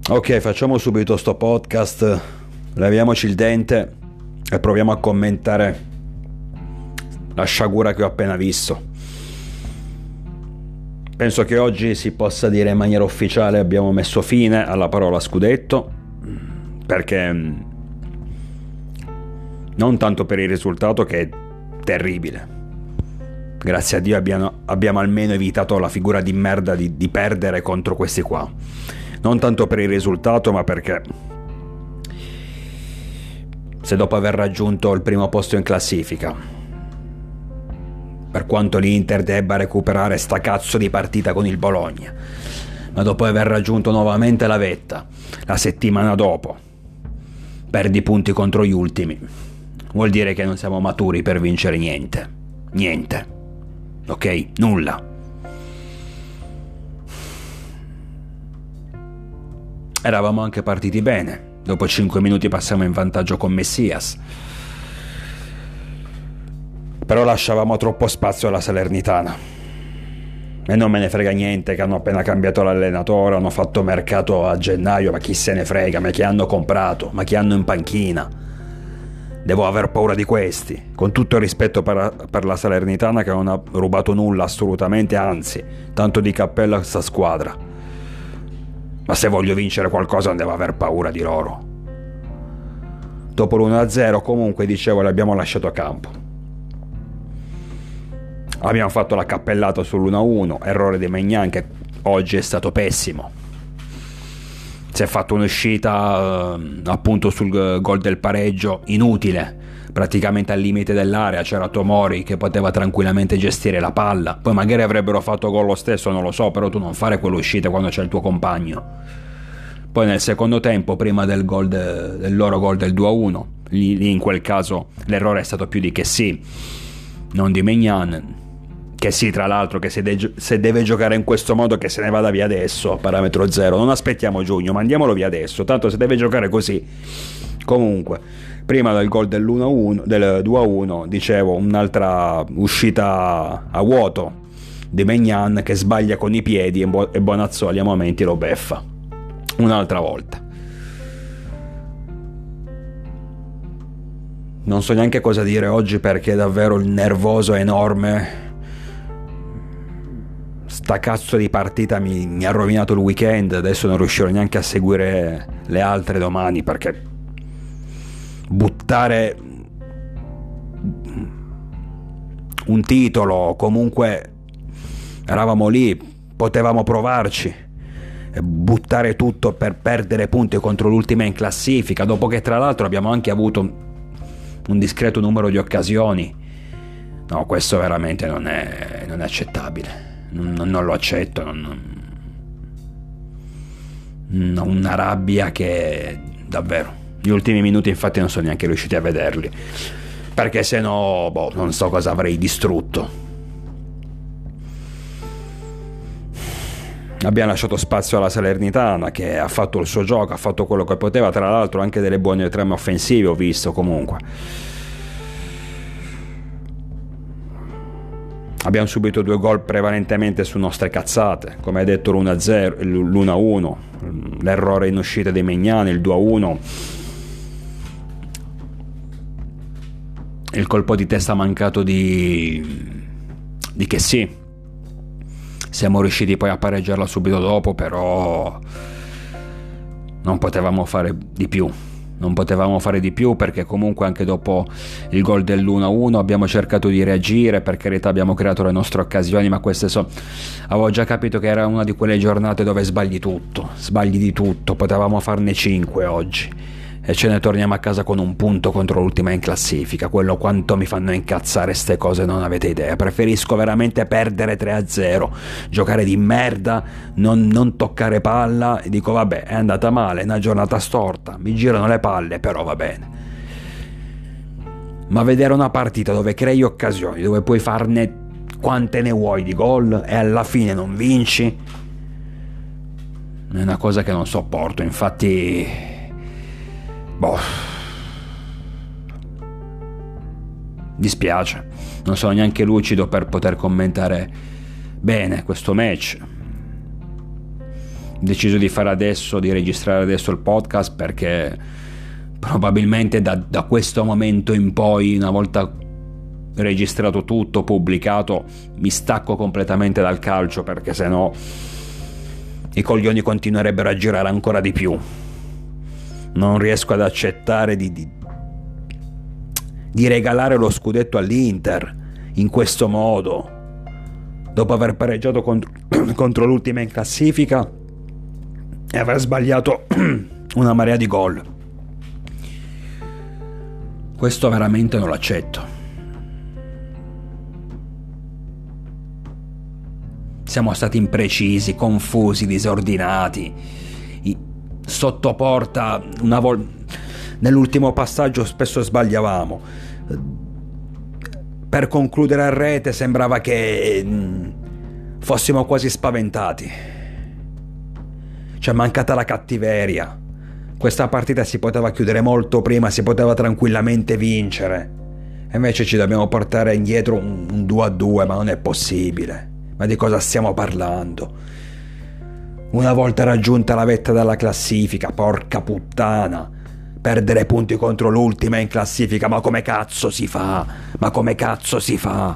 Ok, facciamo subito sto podcast, leviamoci il dente e proviamo a commentare la sciagura che ho appena visto. Penso che oggi si possa dire in maniera ufficiale abbiamo messo fine alla parola scudetto, perché non tanto per il risultato, che è terribile. Grazie a Dio abbiamo almeno evitato la figura di merda di perdere contro questi qua. Non tanto per il risultato, ma perché se dopo aver raggiunto il primo posto in classifica, per quanto l'Inter debba recuperare sta cazzo di partita con il Bologna, ma dopo aver raggiunto nuovamente la vetta la settimana dopo perdi punti contro gli ultimi, vuol dire che non siamo maturi per vincere niente, ok? Nulla. Eravamo anche partiti bene, dopo 5 minuti passiamo in vantaggio con Messias, però lasciavamo troppo spazio alla Salernitana e non me ne frega niente che hanno appena cambiato l'allenatore, hanno fatto mercato a gennaio, ma chi se ne frega, ma chi hanno comprato, ma chi hanno in panchina. Devo aver paura di questi, con tutto il rispetto per la Salernitana, che non ha rubato nulla assolutamente, anzi, tanto di cappello a sta squadra. Ma se voglio vincere qualcosa non devo aver paura di loro. Dopo l'1-0 comunque, dicevo, l'abbiamo lasciato a campo. Abbiamo fatto la cappellata sull'1-1, errore di Maignan che oggi è stato pessimo. Si è fatto un'uscita appunto sul gol del pareggio inutile, praticamente al limite dell'area. C'era Tomori che poteva tranquillamente gestire la palla, poi magari avrebbero fatto gol lo stesso, non lo so, però tu non fare quell'uscita quando c'è il tuo compagno. Poi nel secondo tempo, prima del loro gol del 2-1, lì in quel caso l'errore è stato più di Kessie, non di Maignan. Kessie, tra l'altro, che se deve giocare in questo modo che se ne vada via adesso, a parametro zero, non aspettiamo giugno, mandiamolo via adesso, tanto se deve giocare così. Comunque, prima del gol del 2-1, dicevo, un'altra uscita a vuoto di Maignan che sbaglia con i piedi e Bonazzoli a momenti lo beffa un'altra volta. Non so neanche cosa dire oggi, perché davvero il nervoso è enorme. Sta cazzo di partita mi ha rovinato il weekend, adesso non riuscirò neanche a seguire le altre domani, perché buttare un titolo, comunque eravamo lì, potevamo provarci, e buttare tutto per perdere punti contro l'ultima in classifica, dopo che tra l'altro abbiamo anche avuto un discreto numero di occasioni. No, questo veramente non è accettabile. Non lo accetto, una rabbia che davvero, gli ultimi minuti infatti non sono neanche riusciti a vederli, perché se no non so cosa avrei distrutto. Abbiamo lasciato spazio alla Salernitana, che ha fatto il suo gioco, ha fatto quello che poteva, tra l'altro anche delle buone trame offensive ho visto. Comunque abbiamo subito 2 gol prevalentemente su nostre cazzate, come hai detto l'1-1, l'errore in uscita dei Maignan, il 2-1, il colpo di testa mancato di Kessie. Siamo riusciti poi a pareggiarla subito dopo, però non potevamo fare di più. Non potevamo fare di più, perché comunque anche dopo il gol dell'1-1 abbiamo cercato di reagire, per carità abbiamo creato le nostre occasioni, ma queste avevo già capito che era una di quelle giornate dove sbagli di tutto, potevamo farne 5 oggi e ce ne torniamo a casa con un punto contro l'ultima in classifica. Quello quanto mi fanno incazzare ste cose non avete idea. Preferisco veramente perdere 3-0, giocare di merda, non toccare palla, e dico vabbè, è andata male, è una giornata storta, mi girano le palle, però va bene. Ma vedere una partita dove crei occasioni, dove puoi farne quante ne vuoi di gol e alla fine non vinci, è una cosa che non sopporto. Infatti dispiace, non sono neanche lucido per poter commentare bene questo match. deciso di fare adesso, di registrare adesso il podcast, perché probabilmente da questo momento in poi, una volta registrato tutto, pubblicato, mi stacco completamente dal calcio, perché sennò i coglioni continuerebbero a girare ancora di più. Non riesco ad accettare di regalare lo scudetto all'Inter in questo modo, dopo aver pareggiato contro l'ultima in classifica e aver sbagliato una marea di gol. Questo veramente non l'accetto. Siamo stati imprecisi, confusi, disordinati. Sotto porta, nell'ultimo passaggio spesso sbagliavamo. Per concludere a rete sembrava che fossimo quasi spaventati. Ci è mancata la cattiveria. Questa partita si poteva chiudere molto prima, si poteva tranquillamente vincere. E invece ci dobbiamo portare indietro un 2-2, ma non è possibile. Ma di cosa stiamo parlando? Una volta raggiunta la vetta della classifica, porca puttana, perdere punti contro l'ultima in classifica, ma come cazzo si fa? Ma come cazzo si fa?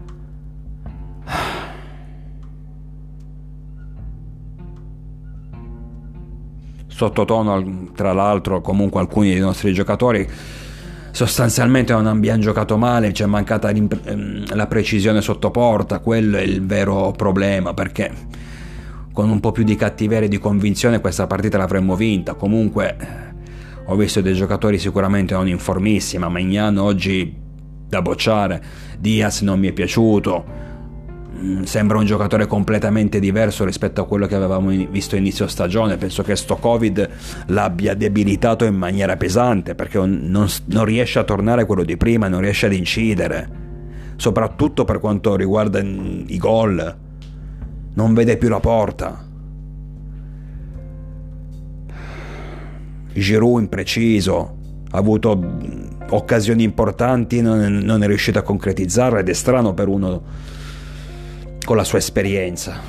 Sottotono, tra l'altro, comunque alcuni dei nostri giocatori sostanzialmente non abbiamo giocato male, ci è mancata la precisione sotto porta. Quello è il vero problema, perché con un po' più di cattiveria e di convinzione questa partita l'avremmo vinta. Comunque ho visto dei giocatori sicuramente non in formissima. Maignan oggi da bocciare, Diaz non mi è piaciuto, sembra un giocatore completamente diverso rispetto a quello che avevamo visto inizio stagione. Penso che sto Covid l'abbia debilitato in maniera pesante, perché non riesce a tornare quello di prima, non riesce ad incidere, soprattutto per quanto riguarda i gol. Non vede più la porta. Giroud impreciso, ha avuto occasioni importanti, non è riuscito a concretizzarle, ed è strano per uno con la sua esperienza.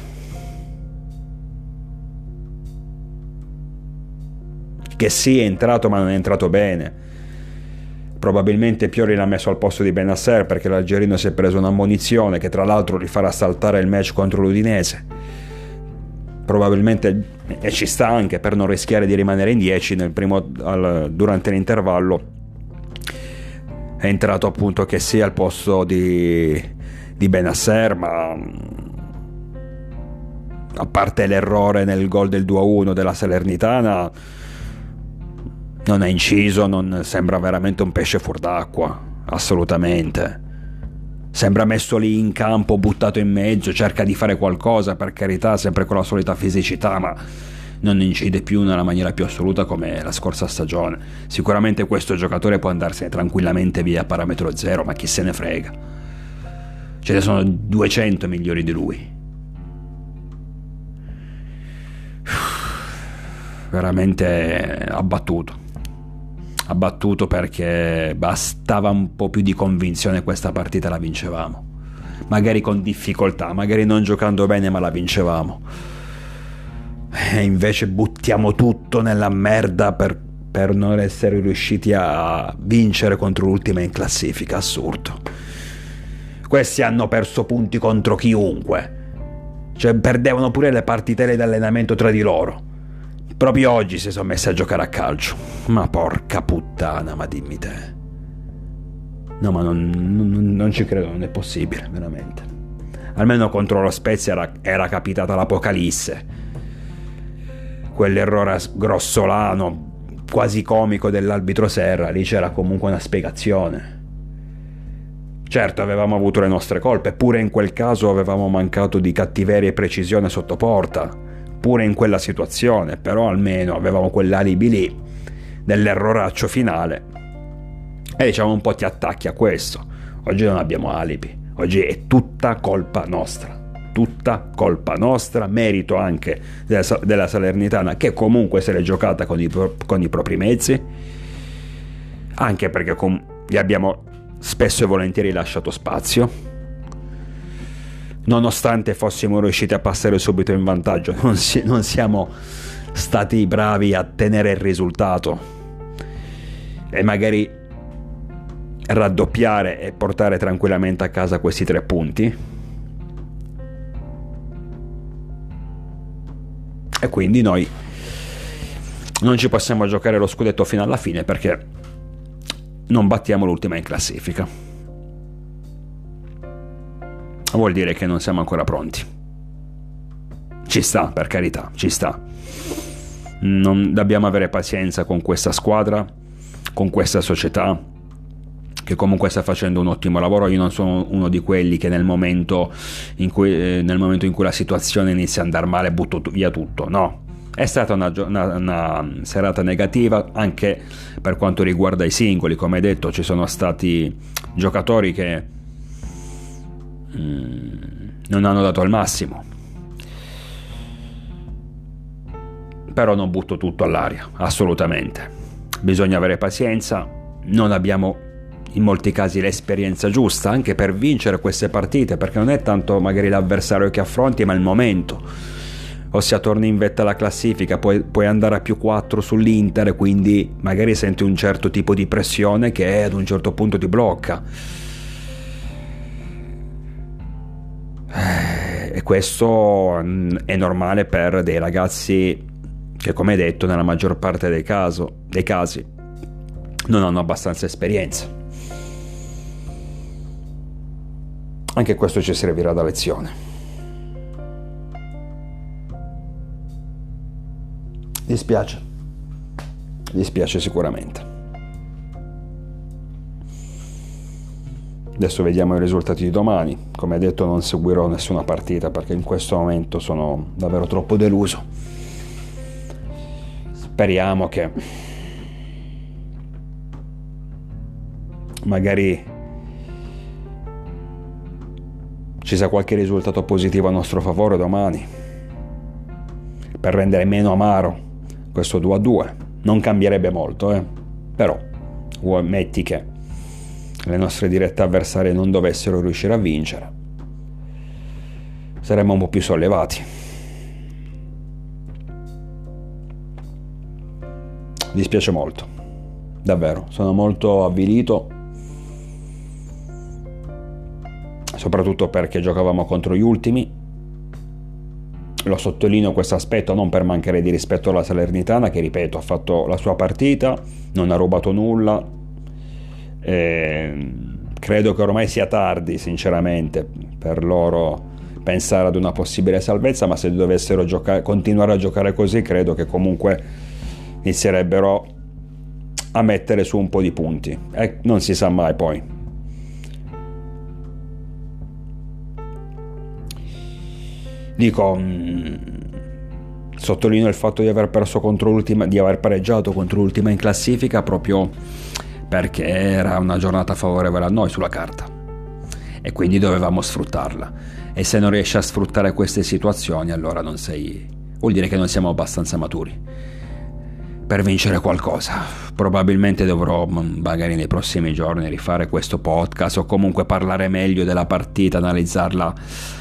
Che sì, è entrato, ma non è entrato bene. Probabilmente Pioli l'ha messo al posto di Bennacer, perché l'algerino si è preso un'ammonizione che tra l'altro gli farà saltare il match contro l'Udinese. Probabilmente, e ci sta anche, per non rischiare di rimanere in 10 durante l'intervallo, è entrato appunto che sia al posto di Bennacer, ma a parte l'errore nel gol del 2-1 della Salernitana, non ha inciso, non sembra veramente un pesce fuor d'acqua, assolutamente. Sembra messo lì in campo, buttato in mezzo, cerca di fare qualcosa, per carità, sempre con la solita fisicità, ma non incide più nella maniera più assoluta come la scorsa stagione. Sicuramente questo giocatore può andarsene tranquillamente via a parametro zero, ma chi se ne frega. Ce ne sono 200 migliori di lui. Veramente abbattuto, perché bastava un po' più di convinzione, questa partita la vincevamo, magari con difficoltà, magari non giocando bene, ma la vincevamo. E invece buttiamo tutto nella merda per non essere riusciti a vincere contro l'ultima in classifica. Assurdo. Questi hanno perso punti contro chiunque, cioè perdevano pure le partitelle di allenamento tra di loro. Proprio oggi si sono messi a giocare a calcio. Ma porca puttana, ma dimmi te. No, ma non ci credo, non è possibile, veramente. Almeno contro lo Spezia era capitata l'apocalisse. Quell'errore grossolano, quasi comico dell'arbitro Serra, lì c'era comunque una spiegazione. Certo, avevamo avuto le nostre colpe, pure in quel caso avevamo mancato di cattiveria e precisione sotto porta, pure in quella situazione, però almeno avevamo quell'alibi lì dell'erroraccio finale e diciamo un po' ti attacchi a questo. Oggi non abbiamo alibi, oggi è tutta colpa nostra, merito anche della Salernitana, che comunque se l'è giocata con i propri mezzi, anche perché gli abbiamo spesso e volentieri lasciato spazio. nonostante fossimo riusciti a passare subito in vantaggio, non siamo stati bravi a tenere il risultato e magari raddoppiare e portare tranquillamente a casa questi 3 punti. E quindi noi non ci possiamo giocare lo scudetto fino alla fine, perché non battiamo l'ultima in classifica. Vuol dire che non siamo ancora pronti. Ci sta, per carità, ci sta. Non dobbiamo avere pazienza con questa squadra, con questa società, che comunque sta facendo un ottimo lavoro. Io non sono uno di quelli che nel momento in cui la situazione inizia a andare male butto via tutto. No, è stata una serata negativa anche per quanto riguarda i singoli. Come detto, ci sono stati giocatori che non hanno dato il massimo, però non butto tutto all'aria, assolutamente. Bisogna avere pazienza, non abbiamo in molti casi l'esperienza giusta anche per vincere queste partite, perché non è tanto magari l'avversario che affronti, ma il momento. Ossia, torni in vetta alla classifica, puoi andare a +4 sull'Inter, quindi magari senti un certo tipo di pressione che ad un certo punto ti blocca. E questo è normale per dei ragazzi che, come detto, nella maggior parte dei casi non hanno abbastanza esperienza. Anche questo ci servirà da lezione. Dispiace sicuramente. Adesso vediamo i risultati di domani. Come detto, non seguirò nessuna partita perché in questo momento sono davvero troppo deluso. Speriamo che magari ci sia qualche risultato positivo a nostro favore domani, per rendere meno amaro questo 2-2. Non cambierebbe molto, però metti che le nostre dirette avversarie non dovessero riuscire a vincere, saremmo un po' più sollevati. Dispiace molto, davvero, sono molto avvilito, soprattutto perché giocavamo contro gli ultimi. Lo sottolineo questo aspetto non per mancare di rispetto alla Salernitana, che ripeto ha fatto la sua partita, non ha rubato nulla. Credo che ormai sia tardi sinceramente per loro pensare ad una possibile salvezza, ma se dovessero continuare a giocare così, credo che comunque inizierebbero a mettere su un po' di punti, e non si sa mai. Poi dico, sottolineo il fatto di aver perso di aver pareggiato contro l'ultima in classifica, proprio perché era una giornata favorevole a noi sulla carta e quindi dovevamo sfruttarla. E se non riesci a sfruttare queste situazioni, allora vuol dire che non siamo abbastanza maturi per vincere qualcosa. Probabilmente dovrò magari nei prossimi giorni rifare questo podcast o comunque parlare meglio della partita, analizzarla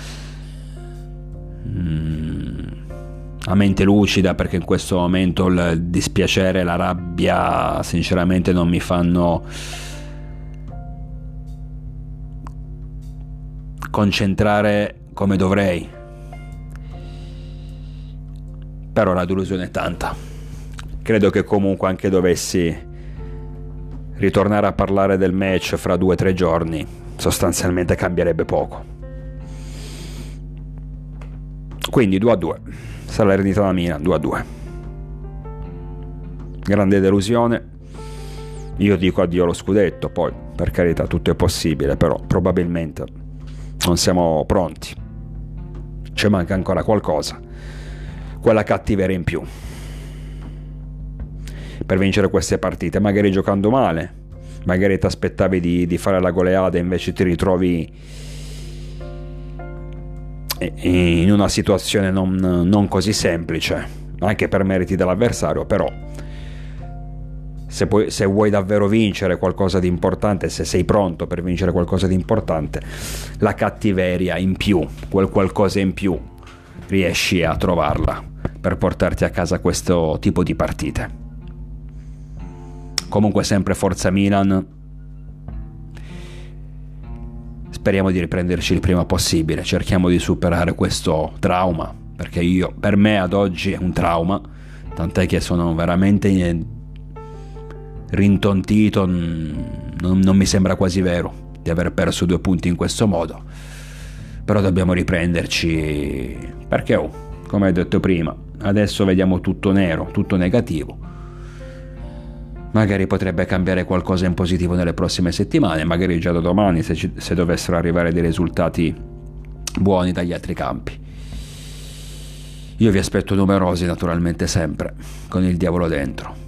a mente lucida, perché in questo momento il dispiacere e la rabbia sinceramente non mi fanno concentrare come dovrei, però la delusione è tanta. Credo che comunque anche dovessi ritornare a parlare del match fra 2 o 3 giorni, sostanzialmente cambierebbe poco. Quindi 2-2, Salernitana Milan 2-2. Grande delusione. Io dico addio allo scudetto, poi per carità tutto è possibile, però probabilmente non siamo pronti. Ci manca ancora qualcosa, quella cattiveria in più per vincere queste partite. Magari giocando male, magari ti aspettavi di fare la goleada e invece ti ritrovi in una situazione non così semplice, anche per meriti dell'avversario, però se vuoi davvero vincere qualcosa di importante, se sei pronto per vincere qualcosa di importante, la cattiveria in più, quel qualcosa in più, riesci a trovarla per portarti a casa questo tipo di partite. Comunque sempre forza Milan, speriamo di riprenderci il prima possibile, cerchiamo di superare questo trauma, perché per me ad oggi è un trauma, tant'è che sono veramente rintontito, non mi sembra quasi vero di aver perso 2 punti in questo modo, però dobbiamo riprenderci, perché come ho detto prima, adesso vediamo tutto nero, tutto negativo. Magari potrebbe cambiare qualcosa in positivo nelle prossime settimane, magari già da domani se dovessero arrivare dei risultati buoni dagli altri campi. Io vi aspetto numerosi, naturalmente, sempre con il diavolo dentro.